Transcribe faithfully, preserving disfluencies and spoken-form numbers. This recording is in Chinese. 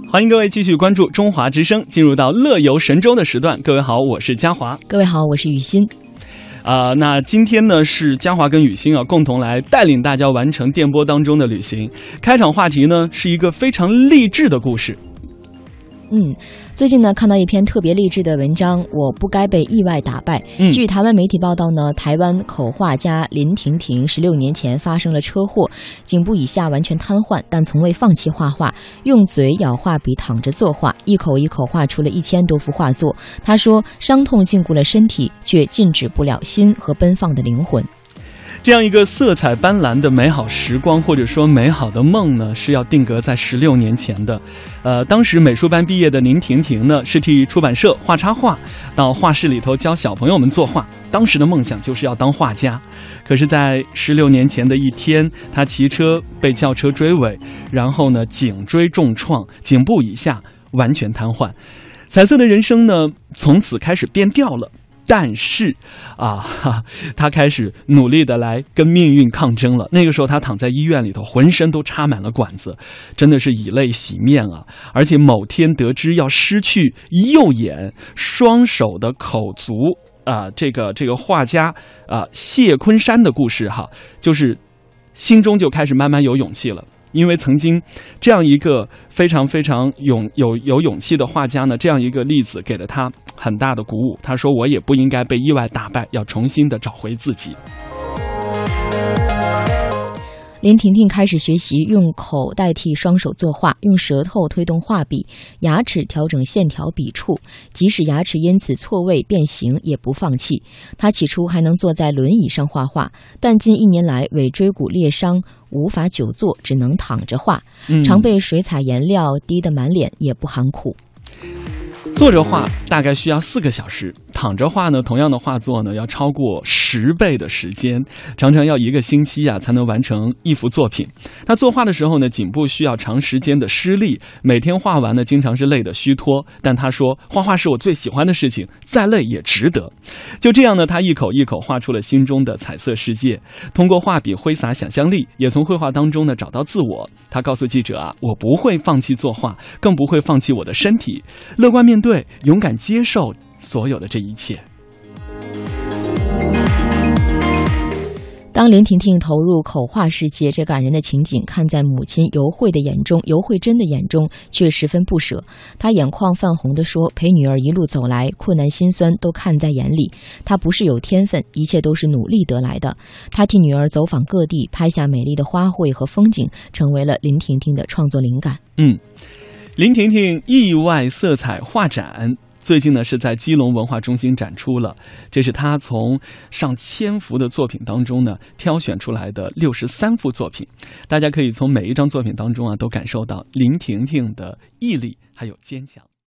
欢迎各位继续关注中华之声，进入到乐游神州的时段。各位好，我是嘉华。 各位好，我是雨欣。 啊、呃，那今天呢是嘉华跟雨欣啊共同来带领大家完成电波当中的旅行。开场话题呢是一个非常励志的故事。 嗯，最近呢看到一篇特别励志的文章，我不该被意外打败。 嗯、 据台湾媒体报道呢，台湾口画家林婷婷十六年前发生了车祸，颈部以下完全瘫痪，但从未放弃画画，用嘴咬画笔，躺着作画，一口一口画出了一千多幅画作。他说，伤痛禁锢了身体，却禁止不了心和奔放的灵魂。 这样一个色彩斑斓的美好时光，或者说美好的梦呢，是要定格在十六年前的。呃，当时美术班毕业的林婷婷呢，是替出版社画插画，到画室里头教小朋友们作画。当时的梦想就是要当画家。可是在十六年前的一天，她骑车被轿车追尾，然后呢颈椎重创，颈部以下完全瘫痪。彩色的人生呢，从此开始变调了。但是啊，他开始努力的来跟命运抗争了。那个时候他躺在医院里头，浑身都插满了管子，真的是以泪洗面啊！而且某天得知要失去右眼、双手的口足啊，这个这个画家啊谢昆山的故事哈，就是心中就开始慢慢有勇气了。因为曾经这样一个非常非常勇有有勇气的画家呢，这样一个例子给了他很大的鼓舞。他说，我也不应该被意外打败，要重新的找回自己。 林婷婷开始学习用口代替双手作画，用舌头推动画笔，牙齿调整线条笔触，即使牙齿因此错位变形也不放弃。她起初还能坐在轮椅上画画，但近一年来尾椎骨裂伤，无法久坐，只能躺着画， 嗯、 常被水彩颜料滴得满脸，也不含苦。 坐着画大概需要四个小时，躺着画呢，同样的画作呢，要超过十倍的时间，常常要一个星期啊才能完成一幅作品。他作画的时候呢，颈部需要长时间的施力，每天画完呢，经常是累得虚脱。但他说，画画是我最喜欢的事情，再累也值得。就这样呢，他一口一口画出了心中的彩色世界，通过画笔挥洒想象力，也从绘画当中呢找到自我。他告诉记者啊，我不会放弃作画，更不会放弃我的身体，乐观面对。对，勇敢接受所有的这一切。 当林婷婷投入口画世界，这感人的情景看在母亲尤慧的眼中，尤慧珍的眼中却十分不舍。她眼眶泛红地说，陪女儿一路走来，困难辛酸都看在眼里。她不是有天分，一切都是努力得来的。她替女儿走访各地，拍下美丽的花卉和风景，成为了林婷婷的创作灵感。 嗯。林婷婷意外色彩画展最近呢是在基隆文化中心展出了，这是她从上千幅的作品当中呢挑选出来的六十三幅作品。大家可以从每一张作品当中啊都感受到林婷婷的毅力还有坚强。